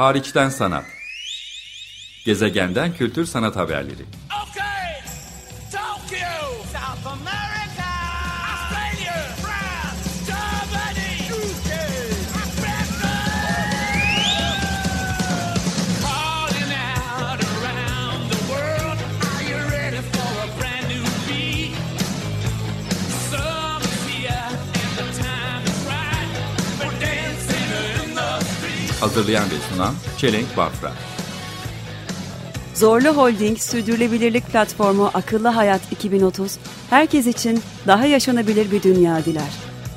Hariçten sanat. Gezegenden kültür sanat haberleri. Okay, Tokyo, South America, Australia, France, Germany, UK, Africa. Calling out around the world, are you ready for a brand new beat? Summer's here and the time is right. We're dancing in the street. Hazırlayan ve sunan Çelenk Bafra. Zorlu Holding Sürdürülebilirlik Platformu Akıllı Hayat 2030, herkes için daha yaşanabilir bir dünya diler.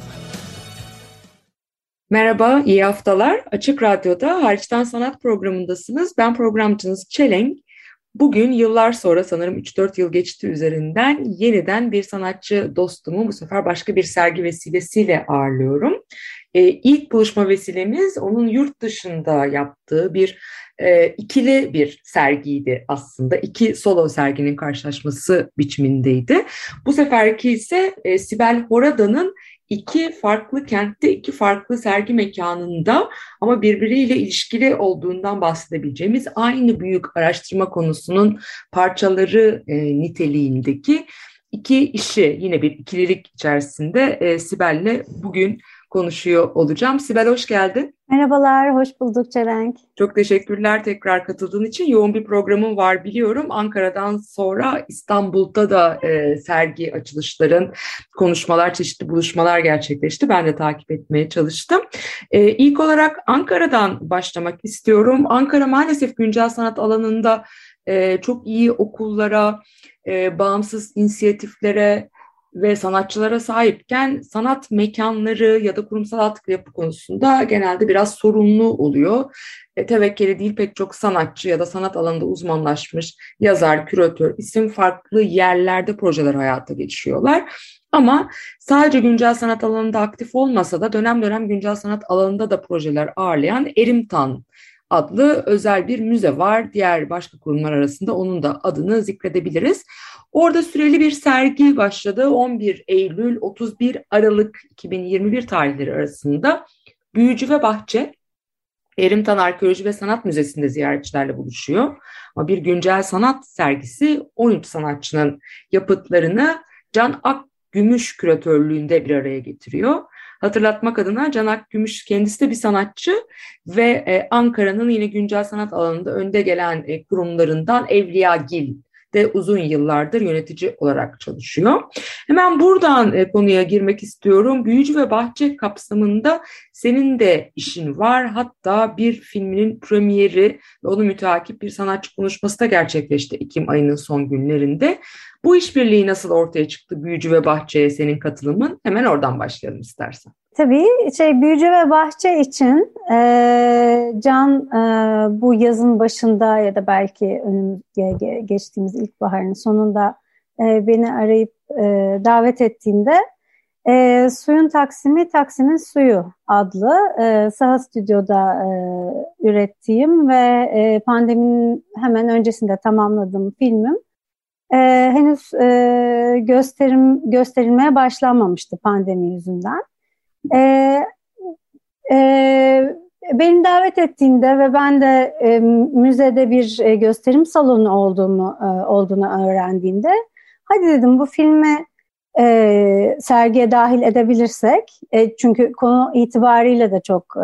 Merhaba, iyi haftalar. Açık Radyo'da Hariçten Sanat programındasınız. Ben programcınız Çelenk. Bugün yıllar sonra, sanırım 3-4 yıl geçti üzerinden, yeniden bir sanatçı dostumu bu sefer başka bir sergi vesilesiyle ağırlıyorum. İlk buluşma vesilemiz onun yurt dışında yaptığı bir ikili bir sergiydi aslında. İki solo serginin karşılaşması biçimindeydi. Bu seferki ise Sibel Horada'nın iki farklı kentte, iki farklı sergi mekanında ama birbiriyle ilişkili olduğundan bahsedebileceğimiz aynı büyük araştırma konusunun parçaları niteliğindeki iki işi yine bir ikililik içerisinde Sibel'le bugün konuşuyor olacağım. Sibel, hoş geldin. Merhabalar, hoş bulduk Çelenk. Çok teşekkürler tekrar katıldığın için. Yoğun bir programın var biliyorum. Ankara'dan sonra İstanbul'da da sergi açılışların, konuşmalar, çeşitli buluşmalar gerçekleşti. Ben de takip etmeye çalıştım. İlk olarak Ankara'dan başlamak istiyorum. Ankara maalesef güncel sanat alanında çok iyi okullara, bağımsız inisiyatiflere ve sanatçılara sahipken sanat mekanları ya da kurumsal altyapı konusunda genelde biraz sorunlu oluyor. Tevekkeli değil, pek çok sanatçı ya da sanat alanında uzmanlaşmış yazar, küratör, isim farklı yerlerde projeler hayata geçiriyorlar. Ama sadece güncel sanat alanında aktif olmasa da dönem dönem güncel sanat alanında da projeler ağırlayan Erimtan adlı özel bir müze var. Diğer başka kurumlar arasında onun da adını zikredebiliriz. Orada süreli bir sergi başladı. 11 Eylül 31 Aralık 2021 tarihleri arasında Büyücü ve Bahçe, Erimtan Arkeoloji ve Sanat Müzesi'nde ziyaretçilerle buluşuyor. Ama bir güncel sanat sergisi 13 sanatçının yapıtlarını Can Akgümüş küratörlüğünde bir araya getiriyor. Hatırlatmak adına Can Akgümüş kendisi de bir sanatçı ve Ankara'nın yine güncel sanat alanında önde gelen kurumlarından Evliyagil de uzun yıllardır yönetici olarak çalışıyor. Hemen buradan konuya girmek istiyorum. Büyücü ve Bahçe kapsamında senin de işin var. Hatta bir filminin premieri ve onu müteakip bir sanatçı konuşması da gerçekleşti Ekim ayının son günlerinde. Bu işbirliği nasıl ortaya çıktı Büyücü ve Bahçe'ye senin katılımın? Hemen oradan başlayalım istersen. Tabii Büyücü ve Bahçe için Can bu yazın başında ya da belki geçtiğimiz ilkbaharın sonunda beni arayıp davet ettiğinde Suyun Taksimi, Taksim'in Suyu adlı Saha Stüdyo'da ürettiğim ve pandeminin hemen öncesinde tamamladığım filmim henüz gösterilmeye başlanmamıştı pandemi yüzünden. Beni davet ettiğinde ve ben de müzede bir gösterim salonu olduğunu öğrendiğimde, hadi dedim bu filmi sergiye dahil edebilirsek, çünkü konu itibariyle de çok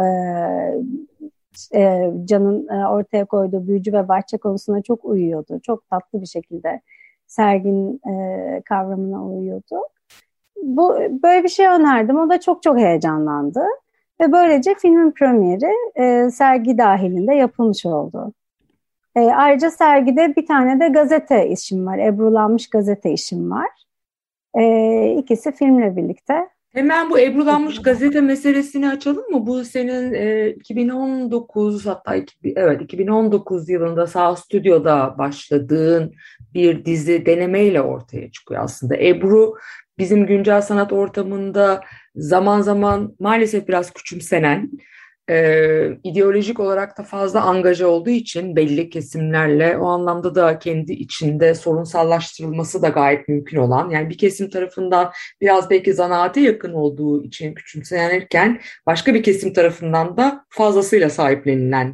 Can'ın ortaya koyduğu Büyücü ve Bahçe konusuna çok uyuyordu. Çok tatlı bir şekilde serginin kavramına uyuyordu. Böyle bir şey önerdim. O da çok çok heyecanlandı. Ve böylece filmin premieri sergi dahilinde yapılmış oldu. Ayrıca sergide bir tane de gazete işim var. Ebrulanmış gazete işim var. İkisi filmle birlikte. Hemen bu ebrulanmış gazete meselesini açalım mı? Bu senin 2019 hatta 2019 yılında Sağ Stüdyo'da başladığın bir dizi denemeyle ortaya çıkıyor aslında. Ebru bizim güncel sanat ortamında zaman zaman maalesef biraz küçümsenen, ideolojik olarak da fazla angaja olduğu için belli kesimlerle o anlamda da kendi içinde sorunsallaştırılması da gayet mümkün olan, yani bir kesim tarafından biraz belki zanaate yakın olduğu için küçümsenirken başka bir kesim tarafından da fazlasıyla sahiplenilen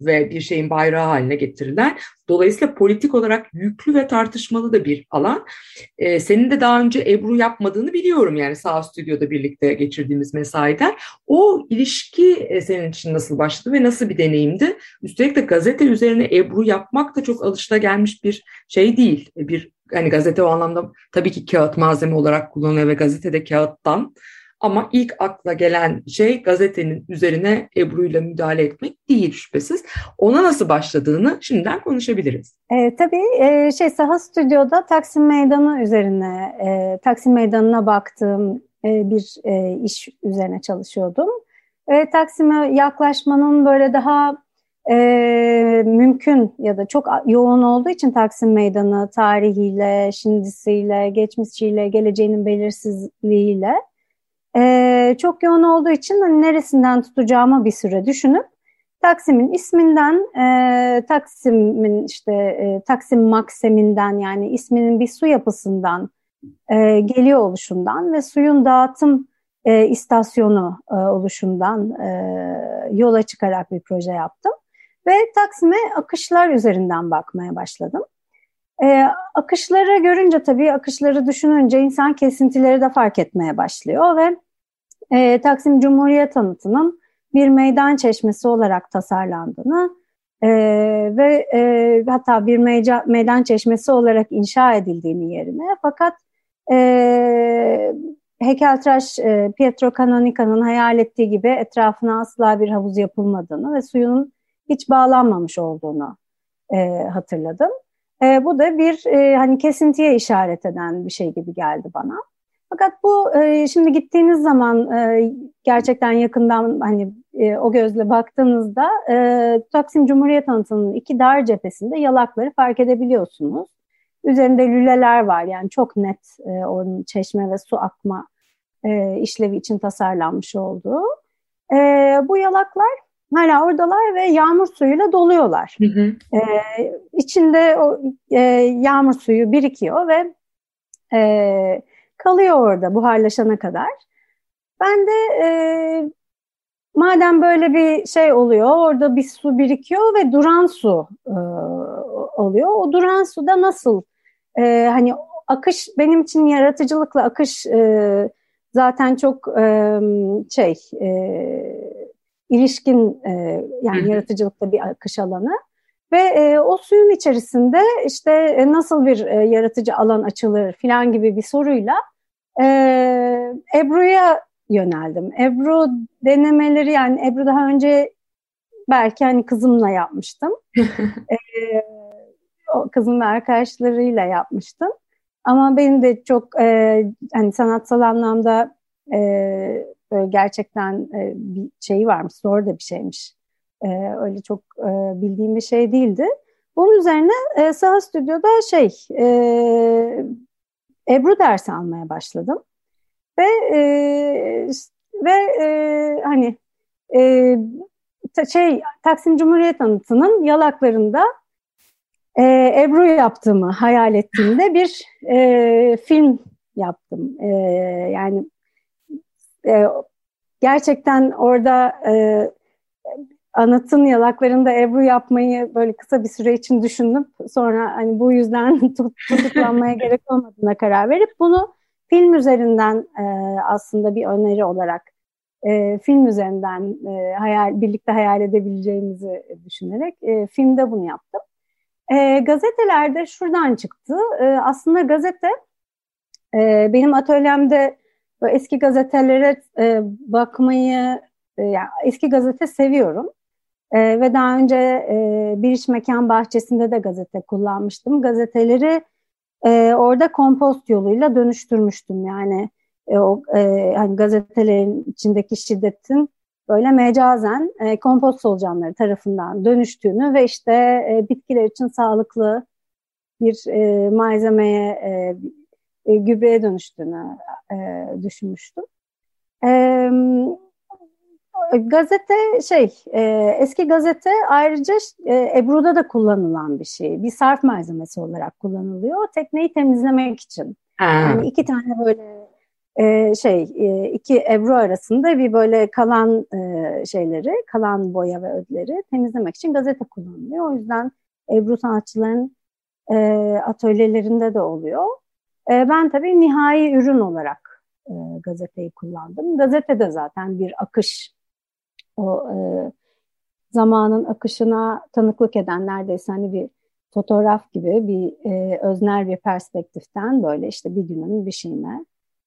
ve bir şeyin bayrağı haline getirilen, dolayısıyla politik olarak yüklü ve tartışmalı da bir alan. Senin de daha önce Ebru yapmadığını biliyorum, yani Sağ Stüdyo'da birlikte geçirdiğimiz mesaiden. O ilişki senin için nasıl başladı ve nasıl bir deneyimdi? Üstelik de gazete üzerine Ebru yapmak da çok alışılagelmiş bir şey değil. Hani gazete o anlamda tabii ki kağıt malzeme olarak kullanılıyor ve gazetede kağıttan. Ama ilk akla gelen şey gazetenin üzerine Ebru'yla müdahale etmek değil şüphesiz. Ona nasıl başladığını şimdiden konuşabiliriz. Tabii Saha Stüdyo'da Taksim Meydanı üzerine, Taksim Meydanı'na baktığım bir iş üzerine çalışıyordum. Taksim'e yaklaşmanın böyle daha mümkün ya da çok yoğun olduğu için Taksim Meydanı tarihiyle, şimdisiyle, geçmişiyle, geleceğinin belirsizliğiyle çok yoğun olduğu için hani neresinden tutacağımı bir süre düşünüp Taksim'in isminden, Taksim'in Taksim Makseminden, yani isminin bir su yapısından geliyor oluşundan ve suyun dağıtım istasyonu oluşundan yola çıkarak bir proje yaptım. Ve Taksim'e akışlar üzerinden bakmaya başladım. Akışları görünce, tabii akışları düşününce insan kesintileri de fark etmeye başlıyor ve Taksim Cumhuriyet Anıtı'nın bir meydan çeşmesi olarak tasarlandığını ve hatta bir meydan çeşmesi olarak inşa edildiğini yerine, fakat heykeltıraş Pietro Canonica'nın hayal ettiği gibi etrafına asla bir havuz yapılmadığını ve suyun hiç bağlanmamış olduğunu hatırladım. Bu da bir hani kesintiye işaret eden bir şey gibi geldi bana. Fakat bu şimdi gittiğiniz zaman gerçekten yakından hani o gözle baktığınızda Taksim Cumhuriyet Anıtı'nın iki dar cephesinde yalakları fark edebiliyorsunuz. Üzerinde lüleler var, yani çok net onun çeşme ve su akma işlevi için tasarlanmış olduğu. Bu yalaklar hala oradalar ve yağmur suyuyla doluyorlar. Hı hı. İçinde o yağmur suyu birikiyor ve kalıyor orada buharlaşana kadar. Ben de madem böyle bir şey oluyor, orada bir su birikiyor ve duran su oluyor. O duran suda nasıl hani akış, benim için yaratıcılıkla akış zaten çok ilişkin, yani yaratıcılıkta bir akış alanı. Ve o suyun içerisinde işte nasıl bir yaratıcı alan açılır filan gibi bir soruyla Ebru'ya yöneldim. Ebru denemeleri, yani Ebru daha önce belki hani kızımla yapmıştım. O kızım ve arkadaşlarıyla yapmıştım. Ama benim de çok hani sanatsal anlamda böyle gerçekten bir şeyi varmış, zor da bir şeymiş. Öyle çok bildiğim bir şey değildi. Bunun üzerine Saha Stüdyo'da Ebru dersi almaya başladım. Ve hani Taksim Cumhuriyet Anıtı'nın yalaklarında Ebru yaptığımı hayal ettiğimde bir film yaptım. Yani gerçekten orada anıtın yalaklarında Ebru yapmayı böyle kısa bir süre için düşünüp sonra hani bu yüzden tutuklanmaya gerek olmadığına karar verip bunu film üzerinden aslında bir öneri olarak film üzerinden birlikte hayal edebileceğimizi düşünerek filmde bunu yaptım. Gazetelerde şuradan çıktı. Aslında gazete benim atölyemde eski gazetelere bakmayı, yani eski gazete seviyorum. Ve daha önce bir iş mekan bahçesinde de gazete kullanmıştım. Gazeteleri orada kompost yoluyla dönüştürmüştüm. Yani hani gazetelerin içindeki şiddetin böyle mecazen kompost solucanları tarafından dönüştüğünü ve işte bitkiler için sağlıklı bir malzemeye, gübreye dönüştüğünü düşünmüştüm. Gazete eski gazete ayrıca Ebru'da da kullanılan bir şey. Bir sarf malzemesi olarak kullanılıyor. Tekneyi temizlemek için. Yani iki tane böyle iki Ebru arasında bir böyle kalan kalan boya ve ödleri temizlemek için gazete kullanılıyor. O yüzden Ebru sanatçıların atölyelerinde de oluyor. Ben tabii nihai ürün olarak gazeteyi kullandım. Gazete de zaten bir akış, o zamanın akışına tanıklık eden, neredeyse hani bir fotoğraf gibi bir öznel bir perspektiften böyle işte bir günün bir şeyine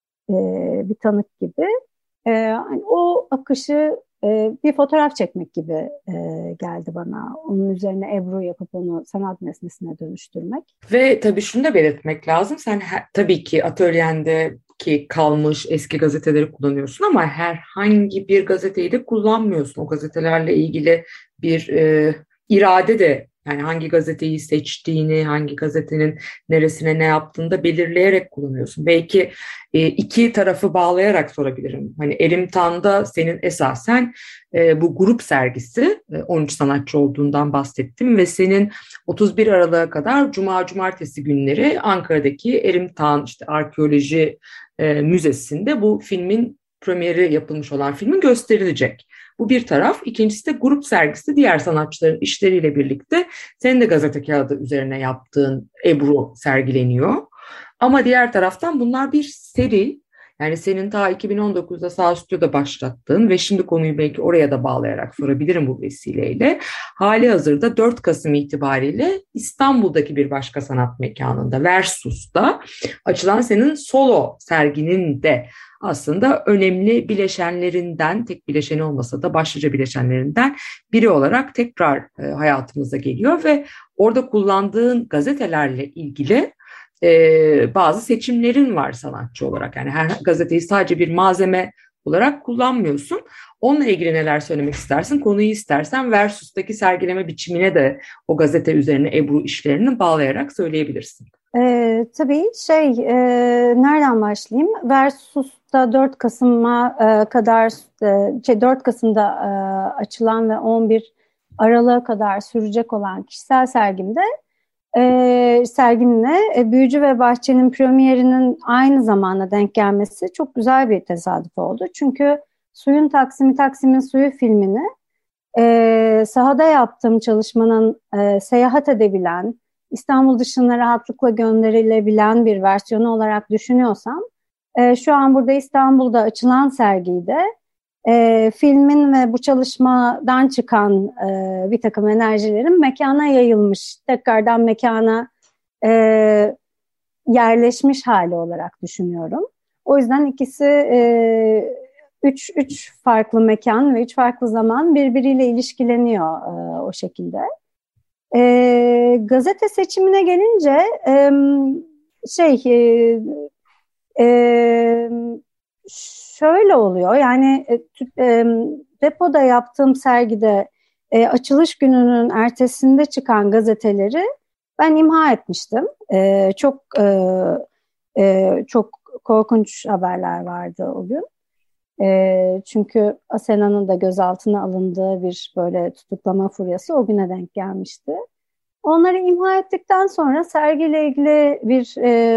bir tanık gibi hani o akışı bir fotoğraf çekmek gibi geldi bana. Onun üzerine Ebru yapıp onu sanat nesnesine dönüştürmek. Ve tabii şunu da belirtmek lazım. Sen tabii ki atölyendeki kalmış eski gazeteleri kullanıyorsun ama herhangi bir gazeteyi de kullanmıyorsun. O gazetelerle ilgili bir irade de, yani hangi gazeteyi seçtiğini, hangi gazetenin neresine ne yaptığını da belirleyerek kullanıyorsun. Belki iki tarafı bağlayarak sorabilirim. Hani Erimtan'da senin esasen bu grup sergisi, 13 sanatçı olduğundan bahsettim ve senin 31 Aralık'a kadar cumartesi günleri Ankara'daki Erimtan Arkeoloji Müzesi'nde bu filmin premieri yapılmış olan filmin gösterilecek. Bu bir taraf. İkincisi de grup sergisi, diğer sanatçıların işleriyle birlikte senin de gazete kağıdı üzerine yaptığın Ebru sergileniyor. Ama diğer taraftan bunlar bir seri. Yani senin ta 2019'da Sağ Stüdyo'da başlattığın ve şimdi konuyu belki oraya da bağlayarak sorabilirim bu vesileyle. Hali hazırda 4 Kasım itibariyle İstanbul'daki bir başka sanat mekanında, Versus'ta açılan senin solo serginin de aslında önemli bileşenlerinden, tek bileşeni olmasa da başlıca bileşenlerinden biri olarak tekrar hayatımıza geliyor ve orada kullandığın gazetelerle ilgili bazı seçimlerin var sanatçı olarak. Yani her gazeteyi sadece bir malzeme olarak kullanmıyorsun. Onunla ilgili neler söylemek istersin? Konuyu istersen Versus'taki sergileme biçimine de o gazete üzerine Ebru işlerini bağlayarak söyleyebilirsin. Tabii nereden başlayayım? Versus'ta 4 Kasım'a kadar 4 Kasım'da açılan ve 11 Aralık'a kadar sürecek olan kişisel sergimde sergimle Büyücü ve Bahçe'nin premierinin aynı zamana denk gelmesi çok güzel bir tesadüf oldu. Çünkü Suyun Taksimi Taksim'in Suyu filmini sahada yaptığım çalışmanın seyahat edebilen, İstanbul dışına rahatlıkla gönderilebilen bir versiyonu olarak düşünüyorsam, şu an burada İstanbul'da açılan sergiyi de filmin ve bu çalışmadan çıkan bir takım enerjilerin mekana yayılmış, tekrardan mekana yerleşmiş hali olarak düşünüyorum. O yüzden ikisi üç farklı mekan ve 3 farklı zaman birbiriyle ilişkileniyor o şekilde. Gazete seçimine gelince şöyle oluyor. Yani depoda yaptığım sergide açılış gününün ertesinde çıkan gazeteleri ben imha etmiştim. Çok korkunç haberler vardı o gün. Çünkü Asena'nın da gözaltına alındığı bir böyle tutuklama furyası o güne denk gelmişti. Onları imha ettikten sonra sergiyle ilgili bir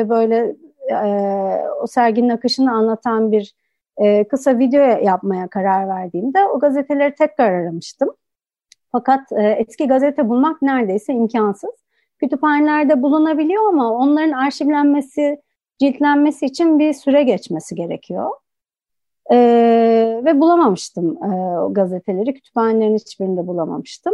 o serginin akışını anlatan bir kısa video yapmaya karar verdiğimde o gazeteleri tekrar aramıştım. Fakat eski gazete bulmak neredeyse imkansız. Kütüphanelerde bulunabiliyor ama onların arşivlenmesi, ciltlenmesi için bir süre geçmesi gerekiyor. Ve bulamamıştım o gazeteleri. Kütüphanelerin hiçbirinde bulamamıştım.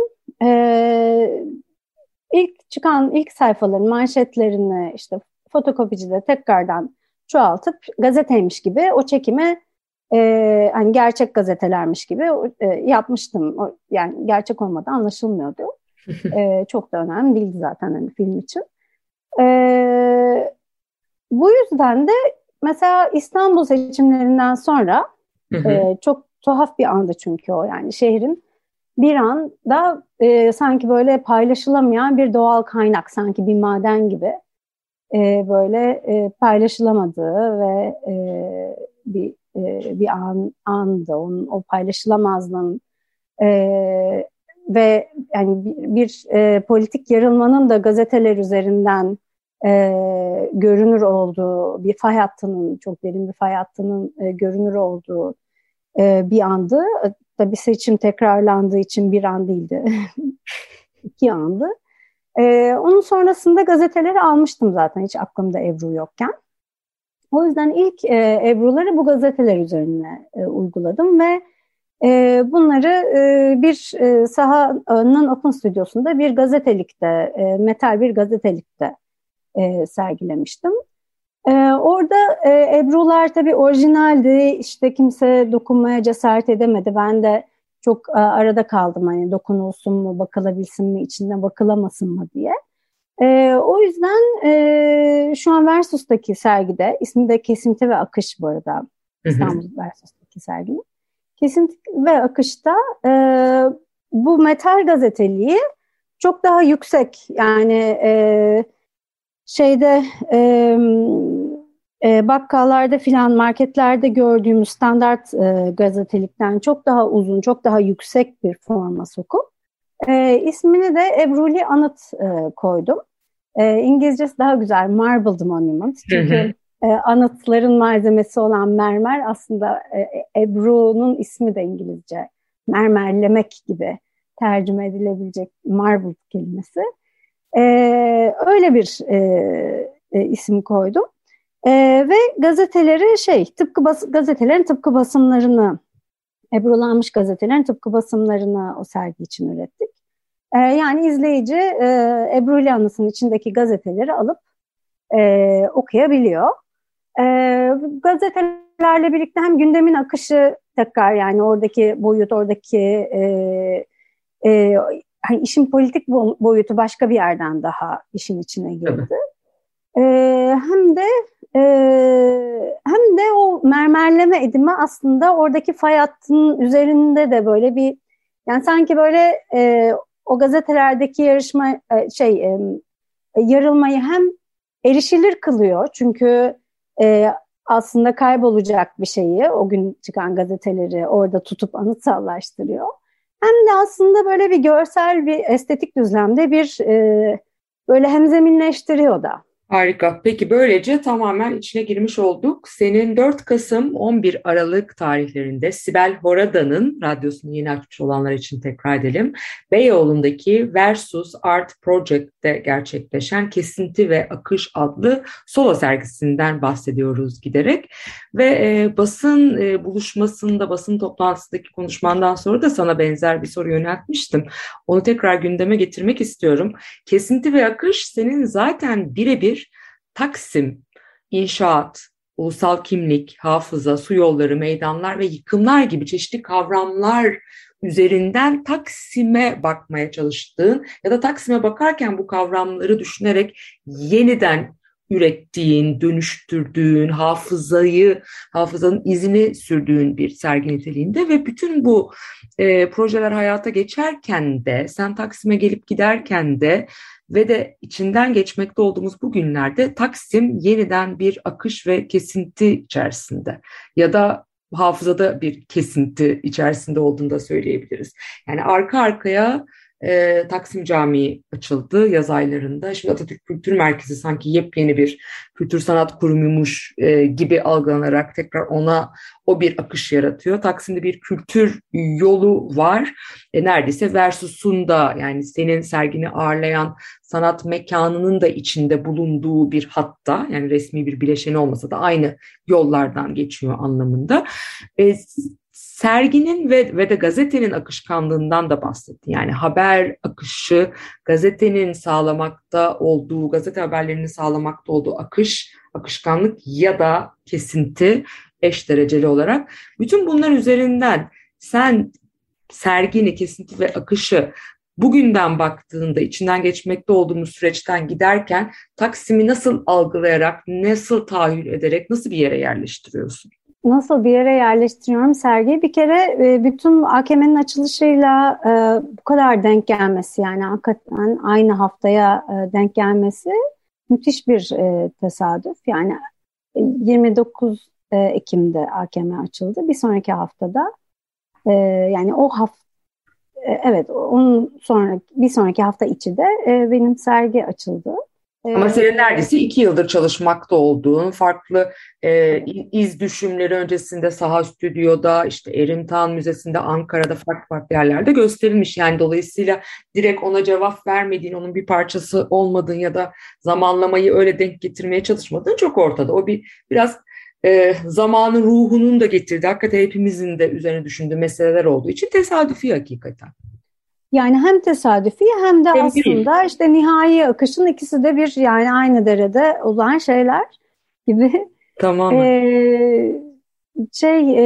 İlk sayfaların manşetlerini fotokopicide tekrardan çoğaltıp gazeteymiş gibi o çekimi hani gerçek gazetelermiş gibi yapmıştım. Yani gerçek olmadan anlaşılmıyordu. Çok da önemli değildi zaten hani film için. Bu yüzden de mesela İstanbul seçimlerinden sonra çok tuhaf bir andı çünkü o, yani şehrin bir anda sanki paylaşılamayan bir doğal kaynak, sanki bir maden gibi paylaşılamadığı ve bir andı onun, o paylaşılamazlığın ve yani bir politik yarılmanın da gazeteler üzerinden görünür olduğu, bir fay hattının, çok derin bir fay hattının görünür olduğu bir andı. Tabii seçim tekrarlandığı için bir an değildi, 2 andı. Onun sonrasında gazeteleri almıştım zaten, hiç aklımda Ebru yokken. O yüzden ilk Ebru'ları bu gazeteler üzerine uyguladım ve bunları bir sahanın Open Stüdyosu'nda bir gazetelikte, metal bir gazetelikte sergilemiştim. Orada Ebru'lar tabii orijinaldi, işte kimse dokunmaya cesaret edemedi. Ben de çok arada kaldım, hani dokunulsun mu, bakılabilsin mi, içinde bakılamasın mı diye. O yüzden şu an Versus'taki sergide, ismi de Kesinti ve Akış bu arada, İstanbul Versus'taki serginin. Kesinti ve Akış'ta bu metal gazeteliği çok daha yüksek, yani bakkallarda filan, marketlerde gördüğümüz standart gazetelikten çok daha uzun, çok daha yüksek bir forma sokup ismini de Ebruli Anıt koydum. İngilizcesi daha güzel, Marbled Monument. Çünkü anıtların malzemesi olan mermer aslında Ebru'nun ismi de İngilizce. Mermerlemek gibi tercüme edilebilecek marbled kelimesi. Öyle bir isim koydum. Ve gazeteleri gazetelerin tıpkı basımlarını, Ebrulanmış gazetelerin tıpkı basımlarını o sergi için ürettik. Yani izleyici Ebruli Anıt'ın içindeki gazeteleri alıp okuyabiliyor. Gazetelerle birlikte hem gündemin akışı tekrar, yani oradaki boyut, oradaki hani işin politik boyutu başka bir yerden daha işin içine girdi. Hem de o mermerleme edimi aslında oradaki fay hattının üzerinde de böyle bir, yani sanki böyle o gazetelerdeki yarılmayı hem erişilir kılıyor, çünkü aslında kaybolacak bir şeyi, o gün çıkan gazeteleri orada tutup anıtsallaştırıyor. Hem de aslında böyle bir görsel, bir estetik düzlemde bir böyle hemzeminleştiriyor da. Harika. Peki böylece tamamen içine girmiş olduk. Senin 4 Kasım 11 Aralık tarihlerinde Sibel Horada'nın, radyosunu yeni açmış olanlar için tekrar edelim, Beyoğlu'ndaki Versus Art Project'te gerçekleşen Kesinti ve Akış adlı solo sergisinden bahsediyoruz giderek. Ve basın buluşmasında, basın toplantısındaki konuşmandan sonra da sana benzer bir soru yöneltmiştim. Onu tekrar gündeme getirmek istiyorum. Kesinti ve Akış senin zaten birebir Taksim, inşaat, ulusal kimlik, hafıza, su yolları, meydanlar ve yıkımlar gibi çeşitli kavramlar üzerinden Taksim'e bakmaya çalıştığın ya da Taksim'e bakarken bu kavramları düşünerek yeniden ürettiğin, dönüştürdüğün, hafızanın izini sürdüğün bir sergi niteliğinde ve bütün bu projeler hayata geçerken de, sen Taksim'e gelip giderken de ve de içinden geçmekte olduğumuz bu günlerde Taksim yeniden bir akış ve kesinti içerisinde ya da hafızada bir kesinti içerisinde olduğunu da söyleyebiliriz. Yani arka arkaya Taksim Camii açıldı yaz aylarında. Şimdi Atatürk Kültür Merkezi sanki yepyeni bir kültür sanat kurumuymuş gibi algılanarak tekrar o bir akış yaratıyor. Taksim'de bir kültür yolu var. Neredeyse Versus'un da, yani senin sergini ağırlayan sanat mekanının da içinde bulunduğu bir hatta, yani resmi bir bileşeni olmasa da aynı yollardan geçiyor anlamında. Serginin ve de gazetenin akışkanlığından da bahsettin. Yani haber akışı, gazetenin sağlamakta olduğu, gazete haberlerinin sağlamakta olduğu akışkanlık ya da kesinti eş dereceli olarak. Bütün bunlar üzerinden sen sergini, kesinti ve akışı bugünden baktığında, içinden geçmekte olduğumuz süreçten giderken Taksim'i nasıl algılayarak, nasıl tahayyül ederek, nasıl bir yere yerleştiriyorsun? Nasıl bir yere yerleştiriyorum sergiyi? Bir kere bütün AKM'nin açılışıyla bu kadar denk gelmesi, yani hakikaten aynı haftaya denk gelmesi müthiş bir tesadüf. Yani 29 Ekim'de AKM açıldı. Bir sonraki haftada yani onun sonra bir sonraki hafta içi de benim sergi açıldı. Ama senin E, neredeyse 2 yıldır çalışmakta olduğun farklı iz düşümleri öncesinde Saha Stüdyo'da, işte Erimtan Müzesi'nde, Ankara'da farklı farklı yerlerde gösterilmiş. Yani dolayısıyla direkt ona cevap vermediğin, onun bir parçası olmadığın ya da zamanlamayı öyle denk getirmeye çalışmadığın çok ortada. O biraz zamanın ruhunun da getirdiği, hakikaten hepimizin de üzerine düşündüğü meseleler olduğu için tesadüfi hakikaten. Yani hem tesadüfi hem de Hem değil. aslında işte nihai akışın ikisi de bir, yani aynı derede olan şeyler gibi. Tamamen. Ee, şey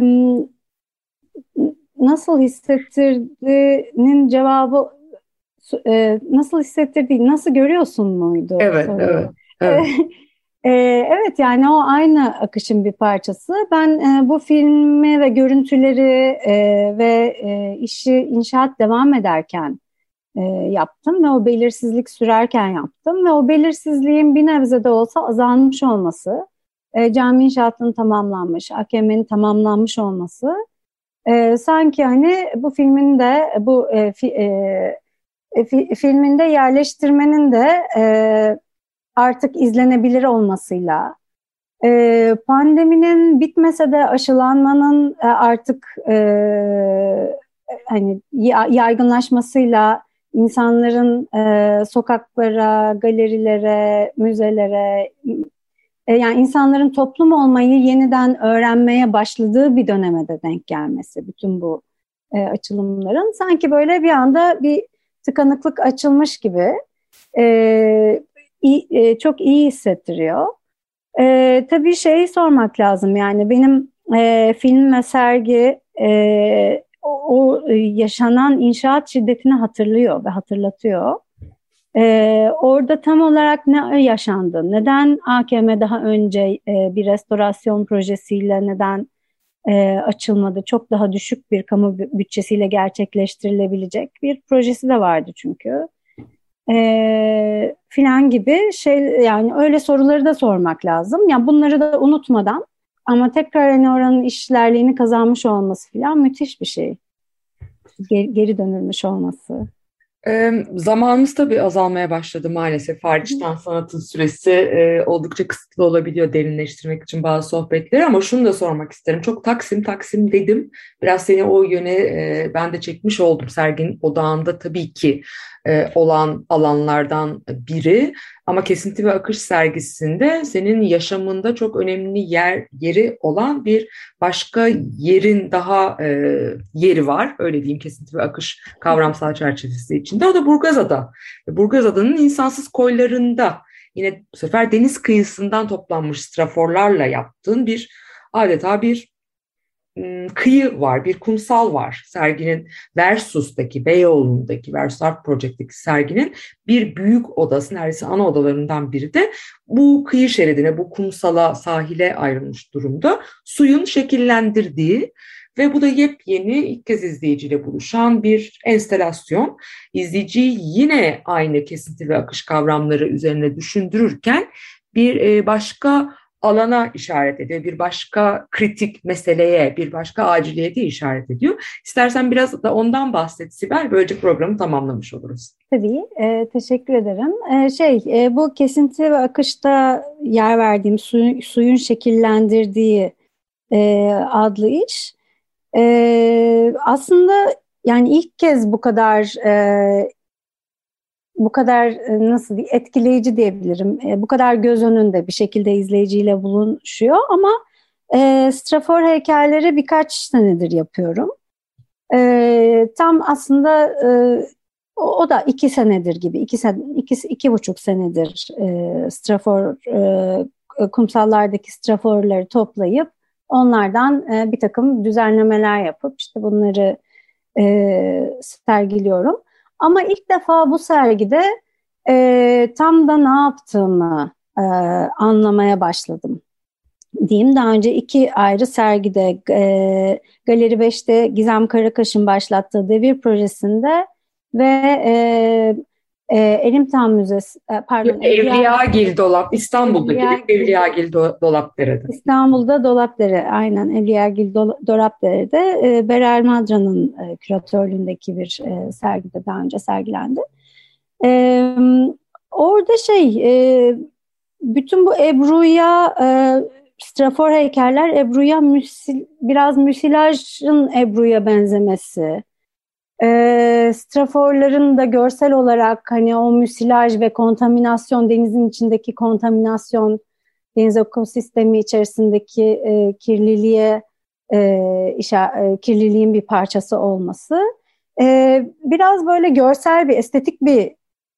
nasıl hissettirdiğinin cevabı nasıl hissettirdiği, nasıl görüyorsun muydu Evet, soruyu. evet, evet. Evet, yani o aynı akışın bir parçası. Ben bu filmi ve görüntüleri ve işi inşaat devam ederken yaptım ve o belirsizlik sürerken yaptım ve o belirsizliğin bir nebze de olsa azalmış olması, cami inşaatının tamamlanmış, AKM'nin tamamlanmış olması, sanki hani bu filmin de filminde yerleştirmenin de artık izlenebilir olmasıyla, pandeminin bitmese de aşılanmanın artık hani yaygınlaşmasıyla insanların sokaklara, galerilere, müzelere, yani insanların toplum olmayı yeniden öğrenmeye başladığı bir döneme de denk gelmesi, bütün bu açılımların sanki böyle bir anda bir tıkanıklık açılmış gibi çok iyi hissettiriyor. Tabii şeyi sormak lazım, yani benim film ve sergi o yaşanan inşaat şiddetini hatırlıyor ve hatırlatıyor. Orada tam olarak ne yaşandı? Neden AKM daha önce bir restorasyon projesiyle neden açılmadı? Çok daha düşük bir kamu bütçesiyle gerçekleştirilebilecek bir projesi de vardı çünkü. Filan gibi şey, yani öyle soruları da sormak lazım. Yani bunları da unutmadan, ama tekrar hani oranın işlerliğini kazanmış olması filan müthiş bir şey. Geri dönülmüş olması. Zamanımız tabii azalmaya başladı maalesef. Hariçten sanatın süresi oldukça kısıtlı olabiliyor derinleştirmek için bazı sohbetleri, ama şunu da sormak isterim. Çok Taksim Taksim dedim. Biraz seni o yöne ben de çekmiş oldum. Serginin odağında tabii ki olan alanlardan biri. Ama Kesinti ve Akış sergisinde senin yaşamında çok önemli yeri olan bir başka yerin daha yeri var. Öyle diyeyim, Kesinti ve Akış kavramsal çerçevesi içinde. O da Burgazada. Burgazada'nın insansız koylarında yine bu sefer deniz kıyısından toplanmış straforlarla yaptığın adeta bir kıyı var, bir kumsal var. Serginin Versus'taki, Beyoğlu'ndaki, Versus Art Project'teki serginin bir büyük odası, neredeyse ana odalarından biri de bu kıyı şeridine, bu kumsala, sahile ayrılmış durumda. Suyun şekillendirdiği ve bu da yepyeni, ilk kez izleyiciyle buluşan bir enstelasyon. İzleyiciyi yine aynı kesinti ve akış kavramları üzerine düşündürürken bir başka alana işaret ediyor, bir başka kritik meseleye, bir başka aciliyete işaret ediyor. İstersen biraz da ondan bahset Sibel, böylece programı tamamlamış oluruz. Tabii, teşekkür ederim. Bu kesinti ve akışta yer verdiğim suyun şekillendirdiği adlı iş, aslında yani ilk kez bu kadar nasıl diyeyim, etkileyici diyebilirim. Bu kadar göz önünde bir şekilde izleyiciyle buluşuyor, ama strafor heykelleri birkaç senedir yapıyorum. Tam aslında o da 2 senedir gibi, 2,5 senedir strafor, kumsallardaki straforları toplayıp onlardan bir takım düzenlemeler yapıp işte bunları sergiliyorum. Ama ilk defa bu sergide tam da ne yaptığımı anlamaya başladım diyeyim. Daha önce 2 ayrı sergide, Galeri 5'te Gizem Karakaş'ın başlattığı Devir projesinde ve Erimtan Müzesi, pardon, Evliyagil Dolap, İstanbul'daki Evliyagil Dolapdere'de. İstanbul'da Dolapdere, aynen Evliyagil Dolapdere'de Beral Madra'nın küratörlüğündeki bir sergide daha önce sergilendi. Orada bütün bu Ebru'ya strafor heykeller Ebru'ya biraz müsilajın Ebru'ya benzemesi. Straforların da görsel olarak hani o müsilaj ve kontaminasyon, denizin içindeki kontaminasyon, deniz ekosistemi içerisindeki kirliliğin bir parçası olması. Biraz böyle görsel bir, estetik bir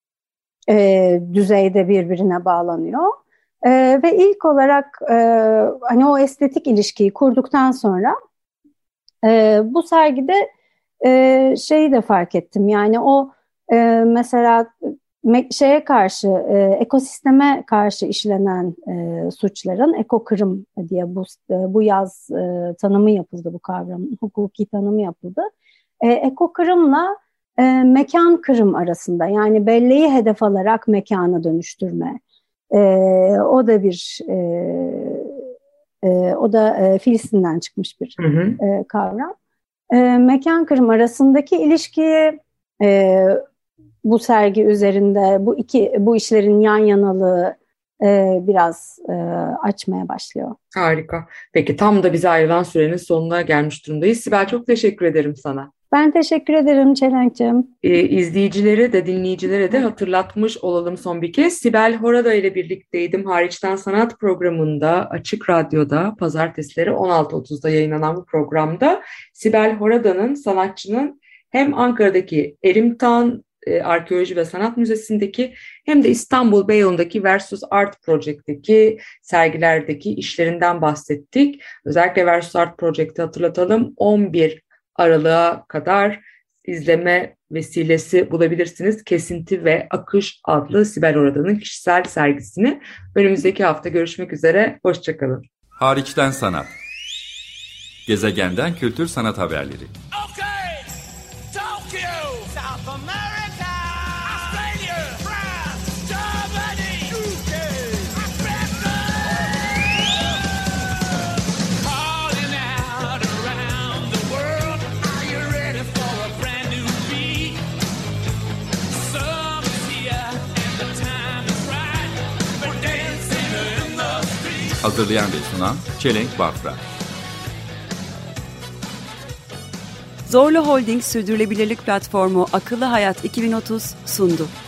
düzeyde birbirine bağlanıyor. Ve ilk olarak hani o estetik ilişkiyi kurduktan sonra bu sergide şeyi de fark ettim. Yani o mesela şeye karşı, ekosisteme karşı işlenen suçların ekokırım diye bu yaz tanımı yapıldı, bu kavram, hukuki tanımı yapıldı. Ekokırımla mekan kırım arasında, yani belleği hedef alarak mekanı dönüştürme. O da Filistin'den çıkmış bir kavram. Mekan kırım arasındaki ilişkiyi bu sergi üzerinde bu işlerin yan yanalığı biraz açmaya başlıyor. Harika. Peki tam da bize ayrılan sürenin sonuna gelmiş durumdayız. Sibel, çok teşekkür ederim sana. Ben teşekkür ederim Çelenk'ciğim. İzleyicilere de dinleyicilere de hatırlatmış olalım son bir kez. Sibel Horada ile birlikteydim. Hariçten Sanat programında, Açık Radyo'da pazartesileri 16.30'da yayınlanan bu programda Sibel Horada'nın, sanatçının hem Ankara'daki Erimtan Arkeoloji ve Sanat Müzesi'ndeki hem de İstanbul Beyoğlu'ndaki Versus Art Project'teki sergilerdeki işlerinden bahsettik. Özellikle Versus Art Project'i hatırlatalım. 11 Aralık'a kadar izleme vesilesi bulabilirsiniz. Kesinti ve Akış adlı Sibel Horada'nın kişisel sergisini. Önümüzdeki hafta görüşmek üzere. Hoşçakalın. Hariçten Sanat. Gezegenden kültür sanat haberleri. Okay, Tokyo, South America, Australia, France, Germany, UK, Africa. Calling out around the world, are you ready for a brand new beat? Summer's here and the time is right. We're dancing in the street. Hazırlayan ve sunan Çelenk Bafra. Zorlu Holding Sürdürülebilirlik Platformu Akıllı Hayat 2030 sundu.